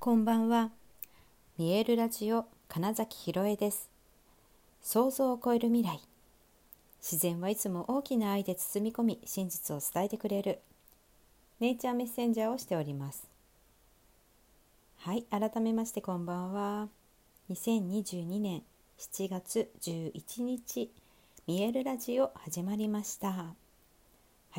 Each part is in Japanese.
こんばんは。見えるラジオ金崎ひろえです。想像を超える未来。自然はいつも大きな愛で包み込み、真実を伝えてくれるネイチャーメッセンジャーをしております。はい、改めましてこんばんは。2022年7月11日、見えるラジオ始まりました。はい、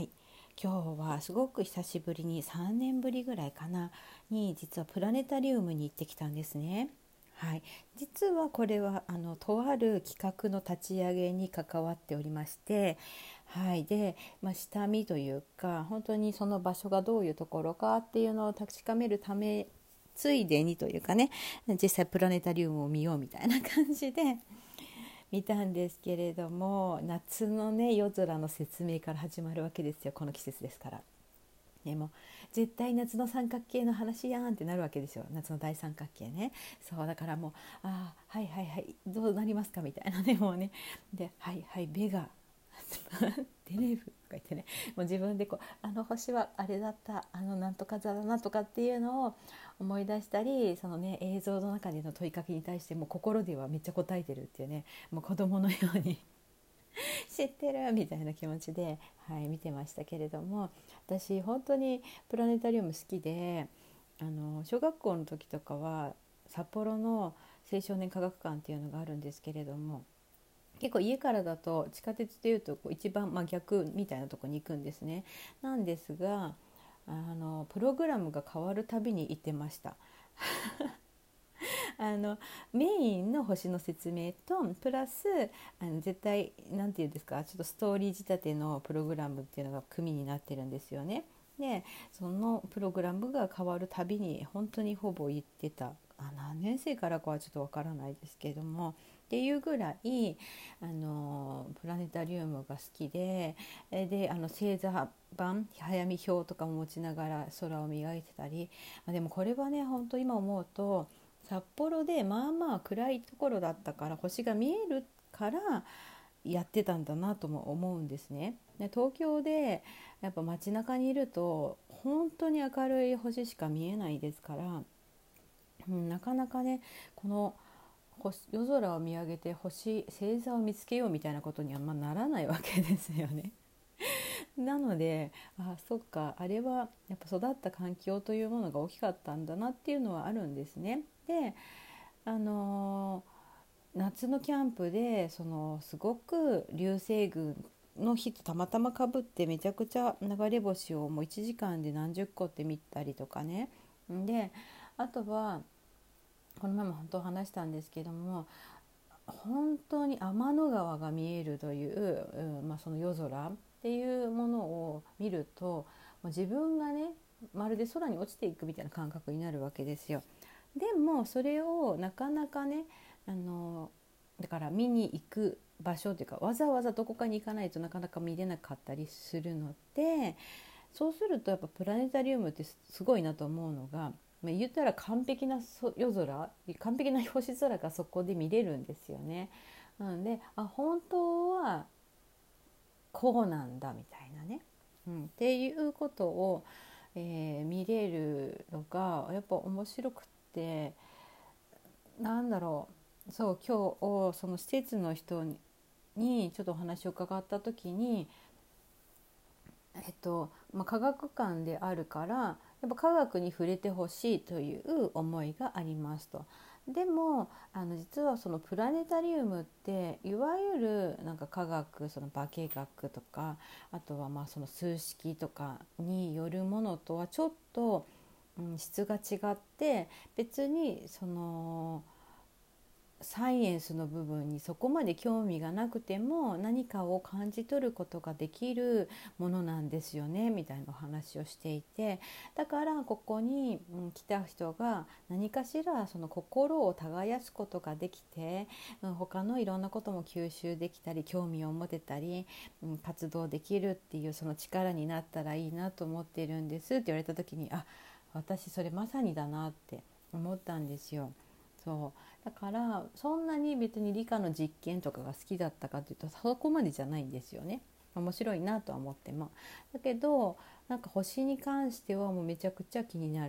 今日はすごく久しぶりに3年ぶりぐらいかなに実はプラネタリウムに行ってきたんですね。はい、実はこれはとある企画の立ち上げに関わっておりまして、はい、で、下見というか本当にその場所がどういうところかっていうのを確かめるためついでにというかね、実際プラネタリウムを見ようみたいな感じで見たんですけれども、夏のね夜空の説明から始まるわけですよ。この季節ですから。でも絶対夏の三角形の話やんってなるわけですよ。夏の大三角形ね。そうだからもうはいはいはいどうなりますかみたいなね、もうね、ではいはいベガデレーブとか言ってね、もう自分でこうあの星はあれだった、なんとか座だなとかっていうのを思い出したり、そのね映像の中での問いかけに対しても心ではめっちゃ答えてるっていうね、もう子供のように知ってるみたいな気持ちで、はい、見てましたけれども、私本当にプラネタリウム好きで、小学校の時とかは札幌の青少年科学館っていうのがあるんですけれども、結構家からだと地下鉄でいうとこう一番逆みたいなとこに行くんですね。なんですがプログラムが変わるたびに行ってました。あのメインの星の説明とプラス絶対なんていうんですか、ちょっとストーリー仕立てのプログラムっていうのが組になってるんですよね。でそのプログラムが変わるたびに本当にほぼ言ってた。何年生からかはちょっとわからないですけどもっていうぐらいプラネタリウムが好きで、星座版早見表とかも持ちながら空を磨いてたり、でもこれはね本当今思うと札幌でまあまあ暗いところだったから星が見えるからやってたんだなとも思うんですね。で東京でやっぱ街中にいると本当に明るい星しか見えないですから、なかなかねこの夜空を見上げて星座を見つけようみたいなことにはならないわけですよね。なのでそっか、あれはやっぱ育った環境というものが大きかったんだなっていうのはあるんですね。であの夏のキャンプですごく流星群の日とたまたまかぶってめちゃくちゃ流れ星をもう1時間で何十個って見たりとかね。であとはこの前も本当話したんですけども、本当に天の川が見えるという、その夜空っていうものを見ると自分がねまるで空に落ちていくみたいな感覚になるわけですよ。でもそれをなかなかねだから見に行く場所というかわざわざどこかに行かないとなかなか見れなかったりするので、そうするとやっぱプラネタリウムってすごいなと思うのが、言ったら完璧な夜空、完璧な星空がそこで見れるんですよね。なので本当はこうなんだみたいなね、っていうことを、見れるのがやっぱ面白くって、なんだろう、そう今日その施設の人にちょっとお話を伺った時に、科学館であるからやっぱ科学に触れてほしいという思いがありますと。でも実はそのプラネタリウムっていわゆるなんか科学、その化学とかあとはその数式とかによるものとはちょっと、質が違って、別にそのサイエンスの部分にそこまで興味がなくても何かを感じ取ることができるものなんですよねみたいなお話をしていて、だからここに、来た人が何かしらその心を耕すことができて、他のいろんなことも吸収できたり興味を持てたり、活動できるっていうその力になったらいいなと思っているんですって言われた時に、私それまさにだなって思ったんですよ。そうだからそんなに別に理科の実験とかが好きだったかというとそこまでじゃないんですよね。面白いなとは思っても、だけどなんか星に関してはもうめちゃくちゃ気になる。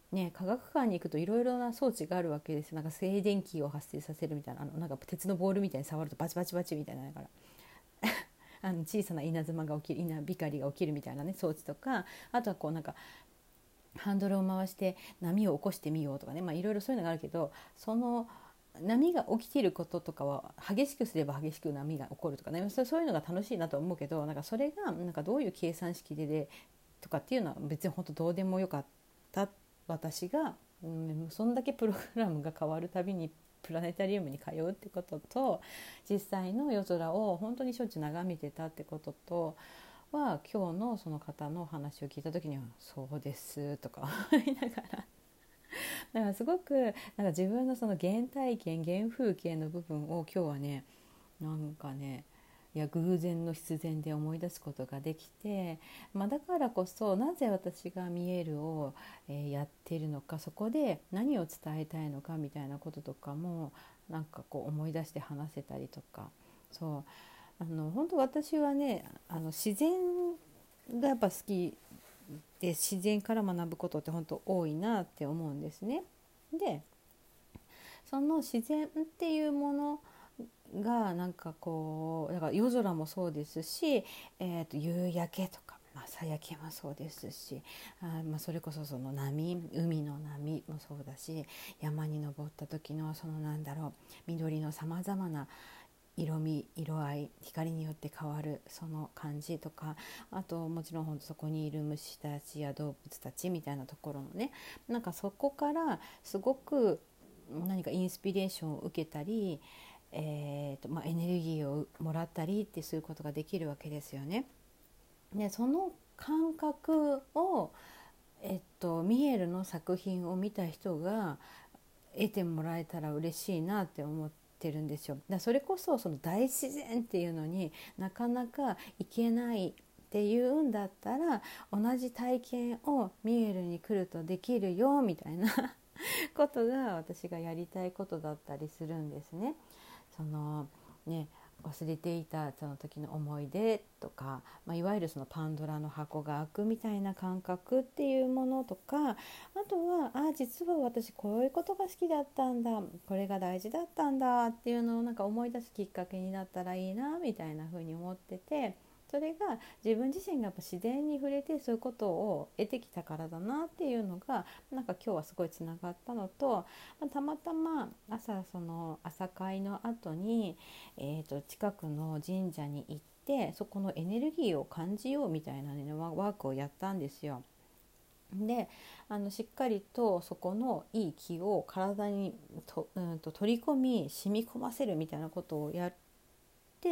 ね、科学館に行くといろいろな装置があるわけですよ。なんか静電気を発生させるみたいな、なんか鉄のボールみたいに触るとバチバチバチみたいな、だから小さな稲妻が起きる、稲光が起きるみたいなね装置とか、あとはこうなんかハンドルを回して波を起こしてみようとかね、いろいろそういうのがあるけど、その波が起きていることとかは激しくすれば激しく波が起こるとかね、そういうのが楽しいなと思うけど、なんかそれがなんかどういう計算式でとかっていうのは別に本当どうでもよかった私が、そんだけプログラムが変わるたびにプラネタリウムに通うってことと、実際の夜空を本当にしょっちゅう眺めてたってこととは、今日のその方の話を聞いた時にはそうですとか思いながら、だからすごくなんか自分のその原体験原風景の部分を今日はね、なんかね、いや偶然の必然で思い出すことができて、だからこそなぜ私が見えるを、やっているのか、そこで何を伝えたいのかみたいなこととかもなんかこう思い出して話せたりとか、そう本当私はね、自然がやっぱ好きで、自然から学ぶことって本当多いなって思うんですね。でその自然っていうものがなんかこうだから夜空もそうですし、夕焼けとか、朝焼けもそうですし、それこそその波、海の波もそうだし、山に登った時のそのなんだろう、緑のさまざまな色味色合い、光によって変わるその感じとか、あともちろん本当そこにいる虫たちや動物たちみたいなところのね、なんかそこからすごく何かインスピレーションを受けたり、エネルギーをもらったりってすることができるわけですよね。でその感覚を、ミエルの作品を見た人が得てもらえたら嬉しいなって思ってるんですよ。それこそその大自然っていうのになかなか行けないっていうんだったら、同じ体験をミエルに来るとできるよみたいなことが私がやりたいことだったりするんですね。そのね、忘れていたその時の思い出とか、いわゆるそのパンドラの箱が開くみたいな感覚っていうものとか、あとは実は私こういうことが好きだったんだ、これが大事だったんだっていうのをなんか思い出すきっかけになったらいいなみたいな風に思ってて、それが自分自身がやっぱ自然に触れてそういうことを得てきたからだなっていうのがなんか今日はすごいつながったのと、たまたまその朝会の後に、近くの神社に行って、そこのエネルギーを感じようみたいな、ね、ワークをやったんですよ。でしっかりとそこのいい気を体に取り込み染み込ませるみたいなことをやって、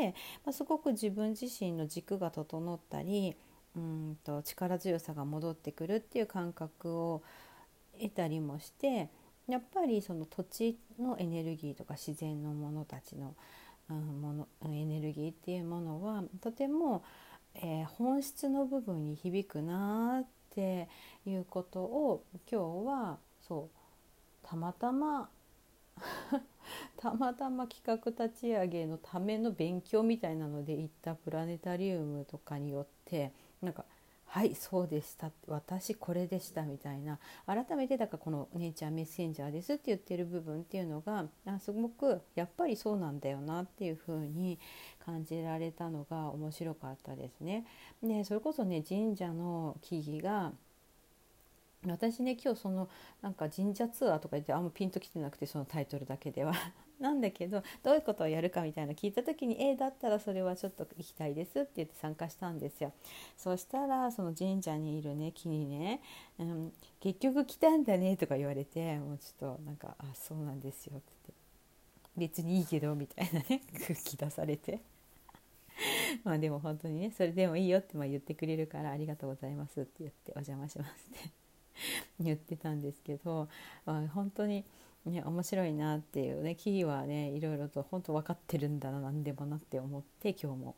すごく自分自身の軸が整ったり、力強さが戻ってくるっていう感覚を得たりもして、やっぱりその土地のエネルギーとか自然のものたちの、エネルギーっていうものはとても、本質の部分に響くなっていうことを今日はたまたま企画立ち上げのための勉強みたいなので行ったプラネタリウムとかによって、なんかはいそうでした、私これでしたみたいな、改めてだからこのネイチャーメッセンジャーですって言ってる部分っていうのがすごくやっぱりそうなんだよなっていう風に感じられたのが面白かったですね。でそれこそね、神社の木々が私ね、今日そのなんか神社ツアーとか言ってあんまピンときてなくて、そのタイトルだけではなんだけど、どういうことをやるかみたいなの聞いた時にだったらそれはちょっと行きたいですって言って参加したんですよ。そしたらその神社にいるね木にね、結局来たんだねとか言われて、もうちょっとなんかそうなんですよって言って、別にいいけどみたいなね空気出されてでも本当にね、それでもいいよって言ってくれるからありがとうございますって言ってお邪魔しますって言ってたんですけど、本当に、ね、面白いなっていうね、キーはねいろいろと本当分かってるんだな、何でもなって思って今日も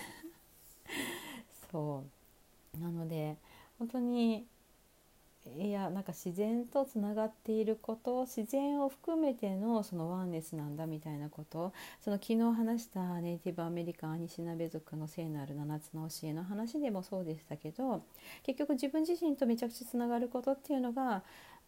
そうなので本当に、なんか自然とつながっていること、自然を含めてのそのワンネスなんだみたいなこと、その昨日話したネイティブアメリカンアニシナベ族の聖なる7つの教えの話でもそうでしたけど、結局自分自身とめちゃくちゃつながることっていうのが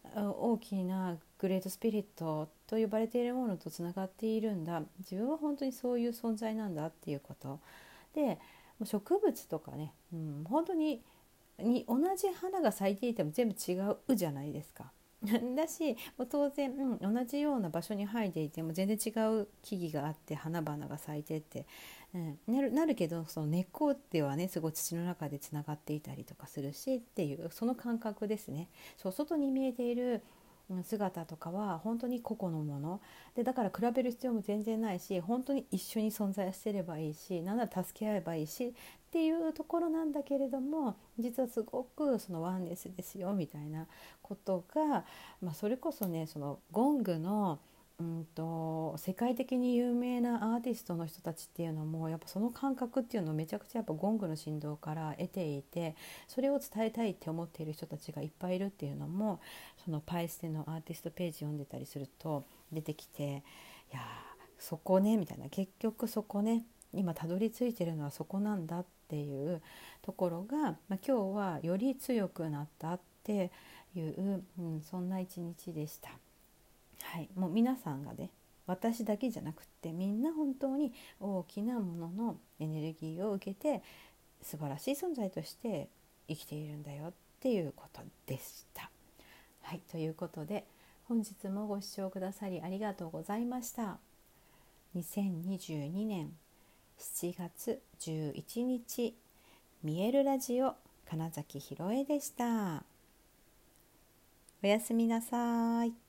大きなグレートスピリットと呼ばれているものとつながっているんだ、自分は本当にそういう存在なんだっていうことで、植物とかね、本当に同じ花が咲いていても全部違うじゃないですか。だし当然、同じような場所に生えていても全然違う木々があって花々が咲いてって、なるけど、その根っこではねすごい土の中でつながっていたりとかするしっていう、その感覚ですね。そう外に見えている姿とかは本当に個々のもので、だから比べる必要も全然ないし、本当に一緒に存在してればいいし、なんなら助け合えばいいしっていうところなんだけれども、実はすごくそのワンネスですよみたいなことが、それこそね、そのゴングの世界的に有名なアーティストの人たちっていうのもやっぱその感覚っていうのをめちゃくちゃやっぱゴングの振動から得ていて、それを伝えたいって思っている人たちがいっぱいいるっていうのも、そのパイステのアーティストページ読んでたりすると出てきて、いやそこねみたいな、結局そこね、今たどり着いてるのはそこなんだっていうところが、今日はより強くなったっていう、そんな一日でした。はい、もう皆さんがね、私だけじゃなくってみんな本当に大きなもののエネルギーを受けて素晴らしい存在として生きているんだよっていうことでした。はい、ということで本日もご視聴くださりありがとうございました。2022年7月11日見えるラジオ金崎ひろえでした。おやすみなさい。